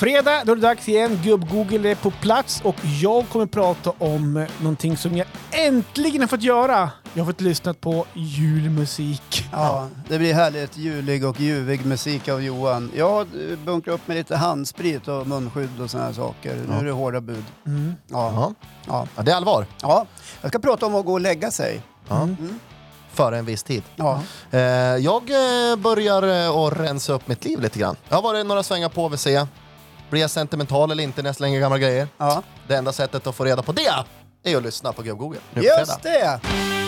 Fredag, då är det dags igen. Gubb-Google är på plats och jag kommer prata om någonting som jag äntligen har fått göra. Jag har fått lyssna på julmusik. Ja, det blir härligt julig och ljuvig musik av Johan. Jag bunkrar upp med lite handsprit och munskydd och såna här saker. Nu är det hårda bud. Ja, det är allvar. Ja, jag ska prata om att gå och lägga sig. Före en viss tid. Ja. Jag börjar att rensa upp mitt liv lite grann. Jag har varit några svängar på OVC. Blir jag sentimental eller inte när jag slänger gamla grejer? Ja. Det enda sättet att få reda på det är att lyssna på Gubb-Google. Just det!